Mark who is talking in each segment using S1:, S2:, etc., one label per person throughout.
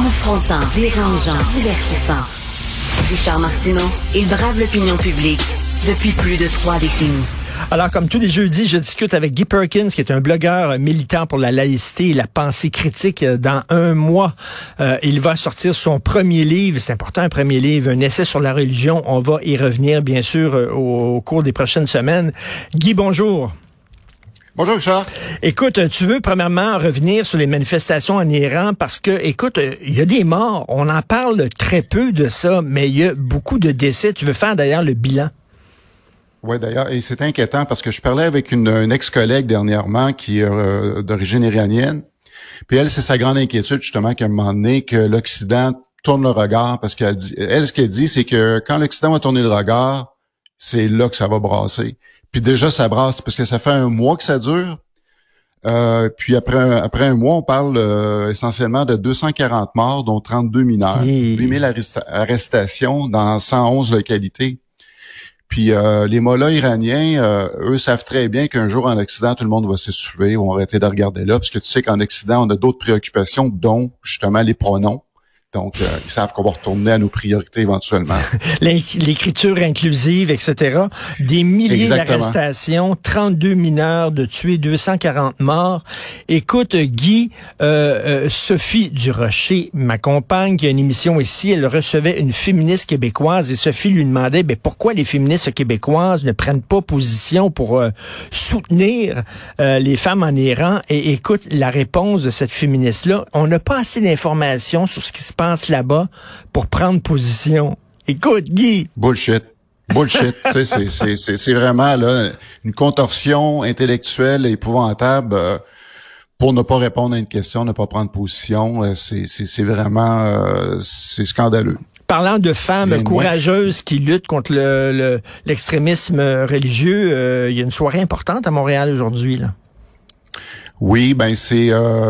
S1: Confrontant, dérangeant, divertissant. Richard Martineau, il brave l'opinion publique depuis plus de 3 décennies.
S2: Alors, comme tous les jeudis, je discute avec Guy Perkins, qui est un blogueur militant pour la laïcité et la pensée critique. Dans un mois, il va sortir son premier livre. C'est important, un premier livre, un essai sur la religion. On va y revenir, bien sûr, au cours des prochaines semaines. Guy, bonjour.
S3: Bonjour, Richard.
S2: Écoute, tu veux premièrement revenir sur les manifestations en Iran parce que, écoute, il y a des morts. On en parle très peu de ça, mais il y a beaucoup de décès. Tu veux faire d'ailleurs le bilan?
S3: Oui, d'ailleurs, et c'est inquiétant parce que je parlais avec une ex-collègue dernièrement qui est d'origine iranienne. Puis elle, c'est sa grande inquiétude justement qu'à un moment donné, que l'Occident tourne le regard parce qu'elle dit, elle, ce qu'elle dit, c'est que quand l'Occident va tourner le regard, c'est là que ça va brasser. Puis déjà, ça brasse parce que ça fait un mois que ça dure. Puis après un mois, on parle essentiellement de 240 morts, dont 32 mineurs, 8000 arrestations dans 111 localités. Puis les mollahs iraniens, eux savent très bien qu'un jour en Occident, tout le monde va s'essouffler, vont arrêter de regarder là, parce que tu sais qu'en Occident, on a d'autres préoccupations, dont justement les pronoms. Donc, ils savent qu'on va retourner à nos priorités éventuellement.
S2: L'écriture inclusive, etc. Des milliers d'arrestations, 32 mineurs de tués, 240 morts. Écoute, Guy, Sophie Durocher, ma compagne, qui a une émission ici, elle recevait une féministe québécoise et Sophie lui demandait pourquoi les féministes québécoises ne prennent pas position pour soutenir les femmes en Iran. Et écoute, la réponse de cette féministe-là, on n'a pas assez d'informations sur ce qui se passe là-bas pour prendre position. Écoute, Guy.
S3: Bullshit. Tu sais, c'est vraiment là une contorsion intellectuelle épouvantable pour ne pas répondre à une question, ne pas prendre position. C'est vraiment c'est scandaleux.
S2: Parlant de femmes courageuses qui luttent contre l'extrémisme religieux, il y a une soirée importante à Montréal aujourd'hui, là.
S3: Oui, ben c'est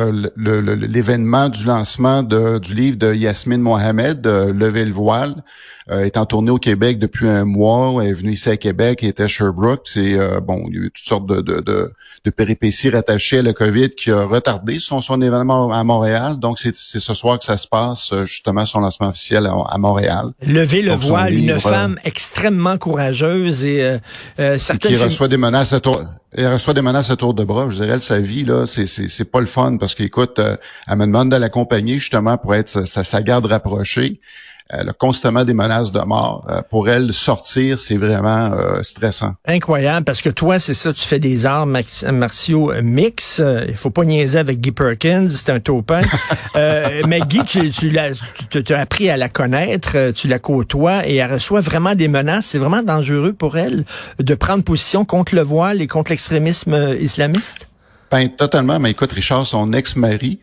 S3: l'événement du lancement du livre de Yasmine Mohamed, Lever le voile, est en tournée au Québec depuis un mois. Elle est venue ici à Québec, elle était à Sherbrooke. C'est il y a eu toutes sortes de péripéties rattachées à la COVID qui a retardé son événement à Montréal. Donc c'est ce soir que ça se passe, justement son lancement officiel à Montréal.
S2: Lever le voile, une femme extrêmement courageuse et certaines
S3: qui reçoit des menaces à tour. Elle reçoit des menaces à tour de bras. Je dirais, sa vie, là, c'est pas le fun parce qu'écoute, elle me demande de l'accompagner justement pour être sa garde rapprochée. Elle a constamment des menaces de mort. Pour elle, sortir, c'est vraiment stressant.
S2: Incroyable, parce que toi, c'est ça, tu fais des arts martiaux mix. Il faut pas niaiser avec Guy Perkins, c'est un taupin. Mais Guy, tu as appris à la connaître, tu la côtoies et elle reçoit vraiment des menaces. C'est vraiment dangereux pour elle de prendre position contre le voile et contre l'extrémisme islamiste?
S3: Ben totalement. Mais écoute, Richard, son ex-mari,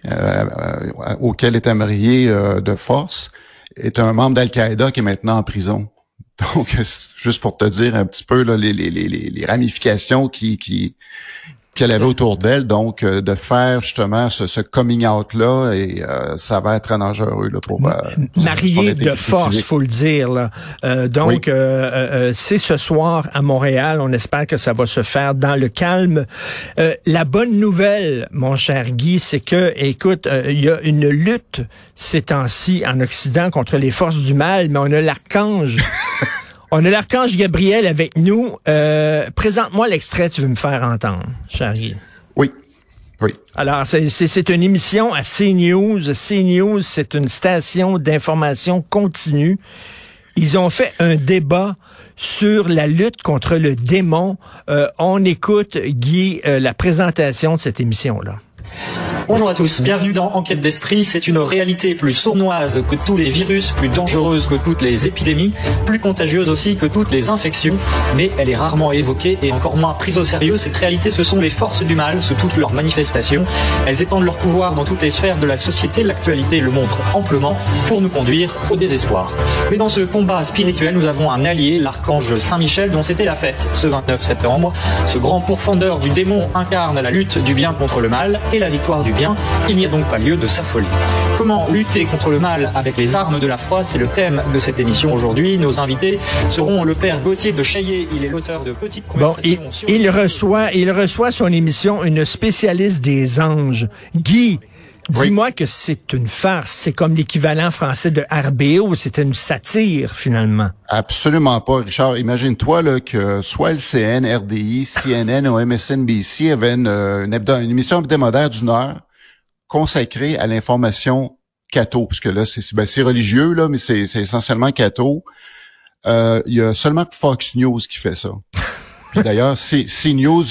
S3: auquel était marié de force, est un membre d'Al-Qaïda qui est maintenant en prison. Donc, juste pour te dire un petit peu là, les ramifications qu'elle avait autour d'elle, donc de faire justement ce coming out-là, et ça va être très dangereux là, pour
S2: marié de force, physique. Faut le dire. Là. Donc, oui. C'est ce soir à Montréal. On espère que ça va se faire dans le calme. La bonne nouvelle, mon cher Guy, c'est que, écoute, il y a une lutte ces temps-ci en Occident contre les forces du mal, mais on a l'archange. On a l'archange Gabriel avec nous. Présente-moi l'extrait que tu veux me faire entendre, cher Guy.
S3: Oui.
S2: Alors, c'est une émission à CNews. CNews, c'est une station d'information continue. Ils ont fait un débat sur la lutte contre le démon. On écoute, Guy, la présentation de cette émission-là.
S4: Bonjour à tous, bienvenue dans Enquête d'esprit. C'est une réalité plus sournoise que tous les virus, plus dangereuse que toutes les épidémies, plus contagieuse aussi que toutes les infections, mais elle est rarement évoquée et encore moins prise au sérieux. Cette réalité, ce sont les forces du mal sous toutes leurs manifestations. Elles étendent leur pouvoir dans toutes les sphères de la société. L'actualité le montre amplement pour nous conduire au désespoir. Mais dans ce combat spirituel, nous avons un allié, l'archange Saint-Michel, dont c'était la fête ce 29 septembre. Ce grand pourfendeur du démon incarne la lutte du bien contre le mal et la victoire du bien. Il n'y a donc pas lieu de s'affoler. Comment lutter contre le mal avec les armes de la foi? C'est le thème de cette émission aujourd'hui. Nos invités seront le père Gauthier de Chaillet. Il est l'auteur de Petites conversations.
S2: Bon, il reçoit son émission une spécialiste des anges. Guy, Dis-moi que c'est une farce. C'est comme l'équivalent français de RBO. C'était une satire, finalement.
S3: Absolument pas, Richard. Imagine-toi là, que soit LCN, RDI, CNN ou MSNBC avaient une émission hebdomadaire d'1 heure consacrée à l'information catho. Parce que là, c'est religieux, là, mais c'est essentiellement catho. Il y a seulement Fox News qui fait ça. Puis d'ailleurs, CNews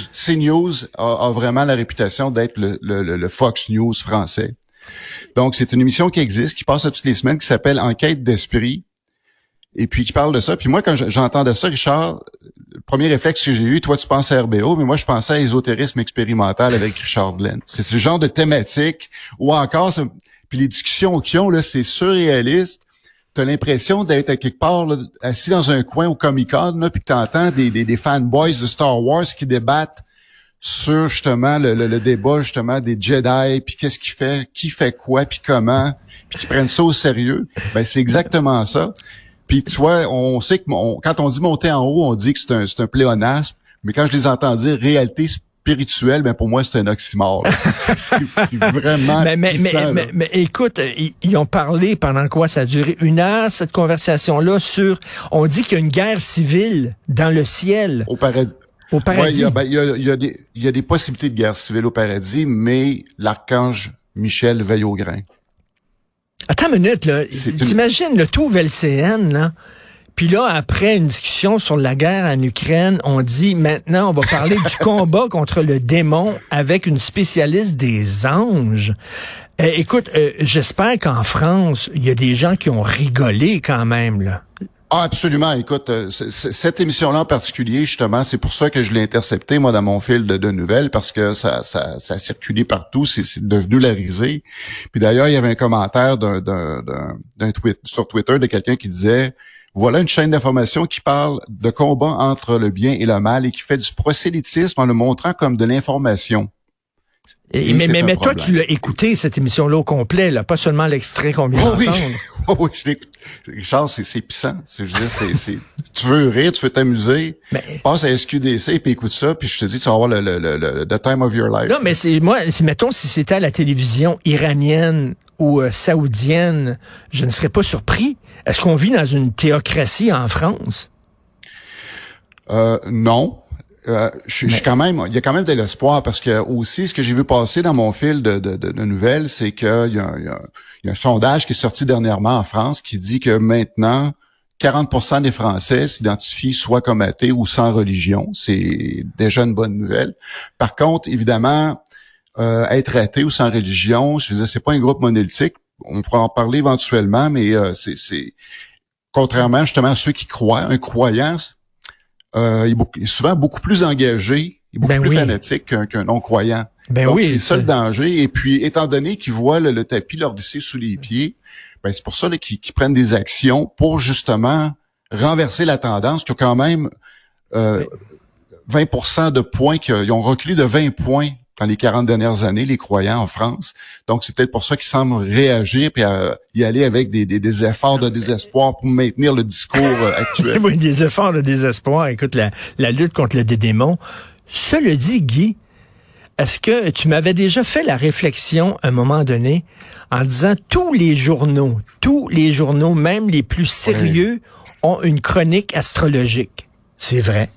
S3: a vraiment la réputation d'être le Fox News français. Donc, c'est une émission qui existe, qui passe à toutes les semaines, qui s'appelle Enquête d'esprit, et puis qui parle de ça. Puis moi, quand j'entendais ça, Richard, le premier réflexe que j'ai eu, toi, tu penses à RBO, mais moi, je pensais à ésotérisme expérimental avec Richard Glenn. C'est ce genre de thématique, ou encore, puis les discussions qu'ils ont, là, c'est surréaliste. T'as l'impression d'être à quelque part là, assis dans un coin au Comic-Con, là, puis que t'entends des fanboys de Star Wars qui débattent sur justement le débat justement des Jedi, puis qu'est-ce qu'il fait, qui fait quoi, puis comment, puis qui prennent ça au sérieux. Ben c'est exactement ça. Puis tu vois, on sait que quand on dit monter en haut, on dit que c'est un pléonasme, mais quand je les entends dire réalité spirituelle, ben pour moi c'est un oxymore. C'est vraiment
S2: mais écoute, ils ont parlé pendant quoi? Ça a duré 1 heure, cette conversation-là, sur... On dit qu'il y a une guerre civile dans le ciel.
S3: Au paradis.
S2: Au paradis.
S3: Ouais, il y a des possibilités de guerre civile au paradis, mais l'archange Michel veille au grain.
S2: Attends une minute, là. T'imagines le tout VLCN, là? Puis là, après une discussion sur la guerre en Ukraine, on dit maintenant, on va parler du combat contre le démon avec une spécialiste des anges. Écoute, j'espère qu'en France, il y a des gens qui ont rigolé quand même, là.
S3: Ah, absolument. Écoute, cette émission-là en particulier, justement, c'est pour ça que je l'ai intercepté, moi, dans mon fil de nouvelles, parce que ça a circulé partout, c'est devenu la risée. Puis d'ailleurs, il y avait un commentaire d'un tweet sur Twitter de quelqu'un qui disait: voilà une chaîne d'information qui parle de combat entre le bien et le mal et qui fait du prosélytisme en le montrant comme de l'information.
S2: Mais toi, tu l'as écouté, cette émission-là au complet, là, pas seulement l'extrait qu'on vient d'entendre.
S3: Oui, je l'écoute. Richard, c'est puissant. Je veux dire, tu veux rire, tu veux t'amuser. Passe à SQDC et puis écoute ça, puis je te dis, tu vas avoir the time of your life.
S2: Non, mais mettons, si c'était à la télévision iranienne ou saoudienne, je ne serais pas surpris. Est-ce qu'on vit dans une théocratie en France?
S3: Non. Je suis quand même, il y a quand même de l'espoir parce que aussi ce que j'ai vu passer dans mon fil de nouvelles, c'est qu'il y a un sondage qui est sorti dernièrement en France qui dit que maintenant 40% des Français s'identifient soit comme athées ou sans religion. C'est déjà une bonne nouvelle. Par contre, évidemment, être athée ou sans religion, je veux dire, c'est pas un groupe monolithique. On pourra en parler éventuellement, mais c'est contrairement justement à ceux qui croient, un croyant, il est souvent beaucoup plus engagé, il est beaucoup plus fanatique qu'un non-croyant. Donc, c'est ça le danger. Et puis, étant donné qu'ils voient le tapis leur glisser sous les pieds, ben c'est pour ça qu'ils prennent des actions pour justement renverser la tendance, qui a quand même 20% de points, ils ont reculé de 20 points dans les 40 dernières années, les croyants en France. Donc, c'est peut-être pour ça qu'ils semblent réagir puis y aller avec des efforts de désespoir pour maintenir le discours actuel.
S2: Oui, des efforts de désespoir. Écoute, la lutte contre le démon. Cela dit, Guy, est-ce que tu m'avais déjà fait la réflexion à un moment donné en disant tous les journaux, même les plus sérieux, ont une chronique astrologique? C'est vrai.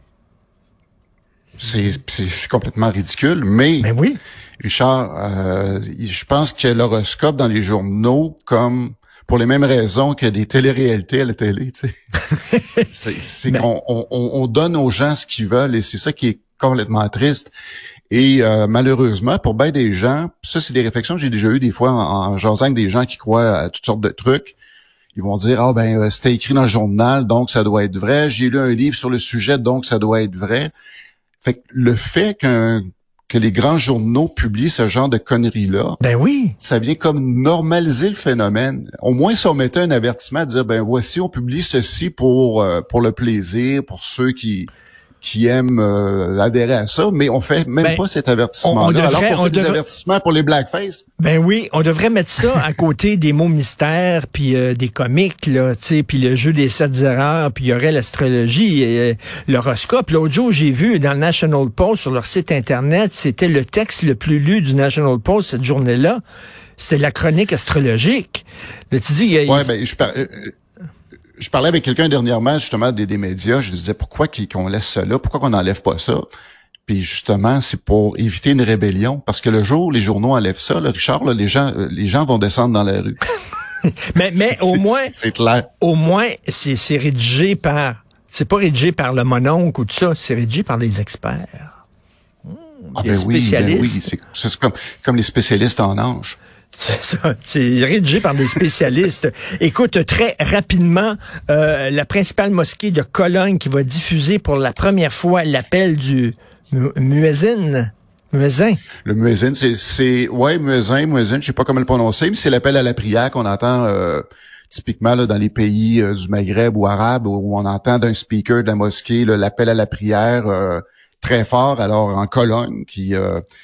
S3: C'est complètement ridicule, mais
S2: oui.
S3: Richard, je pense que l'horoscope dans les journaux, comme pour les mêmes raisons que des téléréalités à la télé, tu sais, c'est qu'on on donne aux gens ce qu'ils veulent et c'est ça qui est complètement triste. Et malheureusement, pour bien des gens, ça c'est des réflexions que j'ai déjà eues des fois en jasant avec des gens qui croient à toutes sortes de trucs. Ils vont dire c'était écrit dans le journal, donc ça doit être vrai. J'ai lu un livre sur le sujet, donc ça doit être vrai. Fait que le fait que les grands journaux publient ce genre de conneries-là, ça vient comme normaliser le phénomène. Au moins, si on mettait un avertissement à dire, voici, on publie ceci pour le plaisir, pour ceux qui aiment adhérer à ça, mais on fait même pas cet avertissement-là. Alors qu'on fait des avertissements pour les blackface.
S2: On devrait mettre ça à côté des mots mystères, puis des comiques, là, tu sais, puis le jeu des 7 erreurs, puis il y aurait l'astrologie, l'horoscope. L'autre jour, j'ai vu dans le National Post, sur leur site Internet, c'était le texte le plus lu du National Post cette journée-là. c'était la chronique astrologique. Là, tu dis...
S3: je parlais avec quelqu'un dernièrement, justement, des médias. Je disais, pourquoi qu'on laisse ça là? Pourquoi qu'on n'enlève pas ça? Puis justement, c'est pour éviter une rébellion. Parce que le jour où les journaux enlèvent ça, là, Richard, là, les gens vont descendre dans la rue.
S2: mais au moins...
S3: C'est clair.
S2: Au moins, c'est rédigé par... C'est pas rédigé par le mononcle ou tout ça. C'est rédigé par des experts. Des spécialistes.
S3: C'est comme les spécialistes en anges.
S2: C'est ça. C'est rédigé par des spécialistes. Écoute, très rapidement, la principale mosquée de Cologne qui va diffuser pour la première fois l'appel du muezzin.
S3: Le muezzin, muezzin, je sais pas comment le prononcer, mais c'est l'appel à la prière qu'on entend typiquement là, dans les pays du Maghreb ou arabes, où on entend d'un speaker de la mosquée là, l'appel à la prière très fort. Alors en Cologne, qui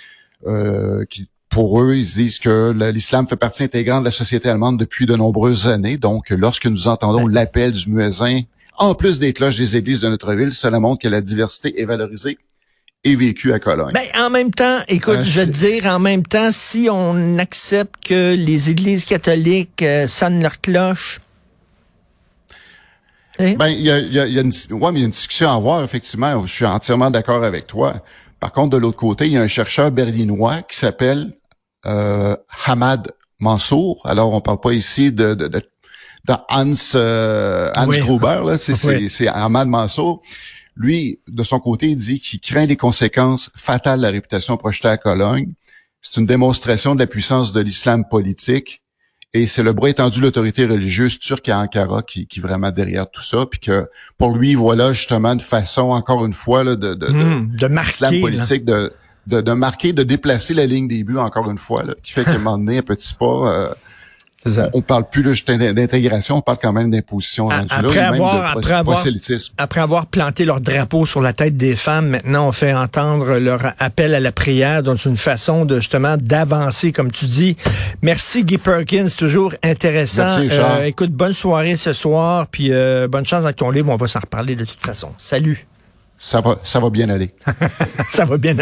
S3: pour eux, ils disent que l'islam fait partie intégrante de la société allemande depuis de nombreuses années. Donc, lorsque nous entendons l'appel du muezzin, en plus des cloches des églises de notre ville, cela montre que la diversité est valorisée et vécue à Cologne.
S2: En même temps, écoute, je veux te dire, en même temps, si on accepte que les églises catholiques sonnent leurs cloches...
S3: Il y a une discussion à avoir, effectivement. Je suis entièrement d'accord avec toi. Par contre, de l'autre côté, il y a un chercheur berlinois qui s'appelle Hamad Mansour. Alors, on parle pas ici de Hans Gruber, là. C'est Hamad Mansour. Lui, de son côté, il dit qu'il craint les conséquences fatales de la réputation projetée à Cologne. C'est une démonstration de la puissance de l'islam politique. Et c'est le bras étendu de l'autorité religieuse turque à Ankara qui vraiment derrière tout ça, puis que pour lui, voilà justement une façon, encore une fois, là,
S2: de marquer
S3: l'islam politique, de marquer, de déplacer la ligne des buts, encore une fois, là, qui fait qu'à un moment donné, un petit pas, on parle plus là, juste d'intégration, on parle quand même d'imposition rendue là,
S2: après avoir planté leur drapeau sur la tête des femmes, maintenant on fait entendre leur appel à la prière dans une façon de justement d'avancer, comme tu dis. Merci Guy Perkins, toujours intéressant.
S3: Merci,
S2: écoute, bonne soirée ce soir, puis bonne chance avec ton livre, on va s'en reparler de toute façon. Salut.
S3: Ça va bien aller.
S2: Ça va bien aller.